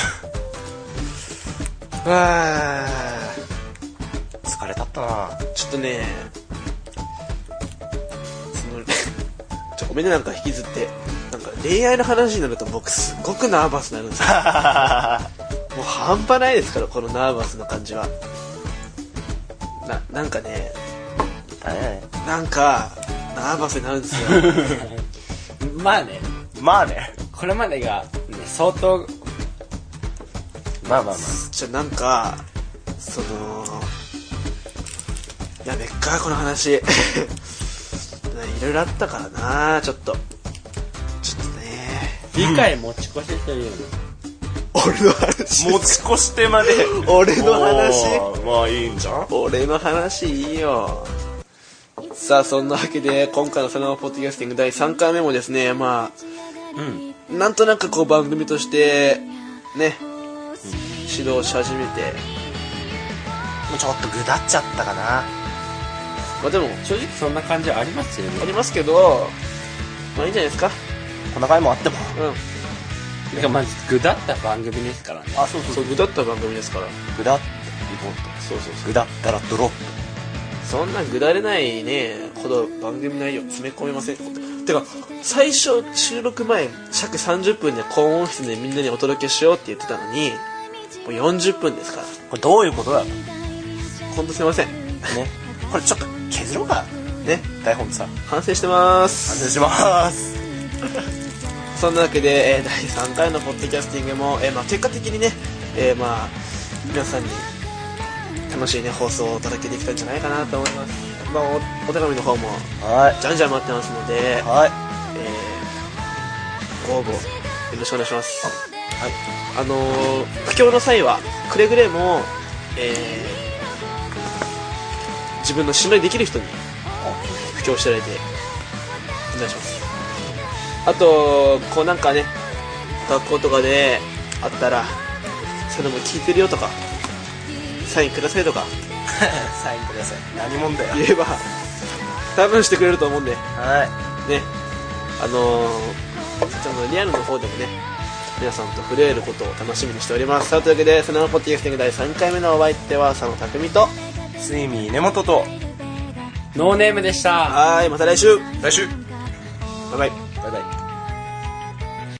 A: わ
B: ー、疲れたったな。
A: ちょっとね、そのちょごめんね、なんか引きずって、なんか恋愛の話になると僕すごくナーバスになるんですよ。もう半端ないですから、このナーバスの感じは。ななんかね、なんかナーバスになるんですよ。
C: まあね、
B: まあね、
C: これまでが、ね、相当
B: まあまあまあ、
A: じゃなんかそのやめっかこの話。いろいろあったからな、ちょっとちょっとね、
C: 理解持ち越しというの、
A: 俺の話
B: 持ち越してまで
A: 俺の話、
B: まあいいんじゃん。
A: 俺の話いいよ。さあそんなわけで今回のサナマポッドキャスティングだいさんかいめもですね、まあ、うん、なんとなくこう番組としてね、うん、指導し始めて、
B: ちょっとぐだっちゃったかな。
A: まあでも
C: 正直そんな感じはありますよね。
A: ありますけど、まあいいんじゃないですか。
B: こんな回もあっても、
A: うん、
C: てかまずぐだった番組ですからね。
A: あ、そうそうそう、ぐだった番組ですから。
B: ぐだってリポート、そうそうそう、ぐだったらドロップ。
A: そんなぐだれないねほど番組内容詰め込めません。てか最初収録前尺さんじゅっぷんで高音質でみんなにお届けしようって言ってたのに、もうよんじゅっぷんですから。
B: これどういうことだ。
A: ほんとすいませんね。
B: これちょっと削ろうか
A: ね、
B: 台本さ。
A: 反省してまーす。
B: 反省しまーす。
A: そんなわけで、えー、だいさんかいのポッドキャスティングも、えーまあ、結果的にね、えーまあ、皆さんに楽しいね放送をお届けできたんじゃないかなと思います。まあ、お, お手紙の方もじゃんじゃん待ってますので、
B: はい、
A: えー、ご応募よろしくお願いします。はい、あのー、布教の際はくれぐれも、えー、自分の信頼できる人に布教していただいてお願いします。あとこうなんかね、学校とかであったらそれも聞いてるよとか、サインくださいとか
B: サインください、何もんだよ
A: 言えば多分してくれると思うんで、
B: はい
A: ね、あのー、そのリアルの方でもね皆さんと触れ合えることを楽しみにしております。さあというわけでサナマポッドキャスティングだいさんかいめのお相手は佐野匠と
B: スイミー根本と
C: ノーネームでした。
A: はい、また来週
B: 来週
A: バイバイ
B: バイバイ。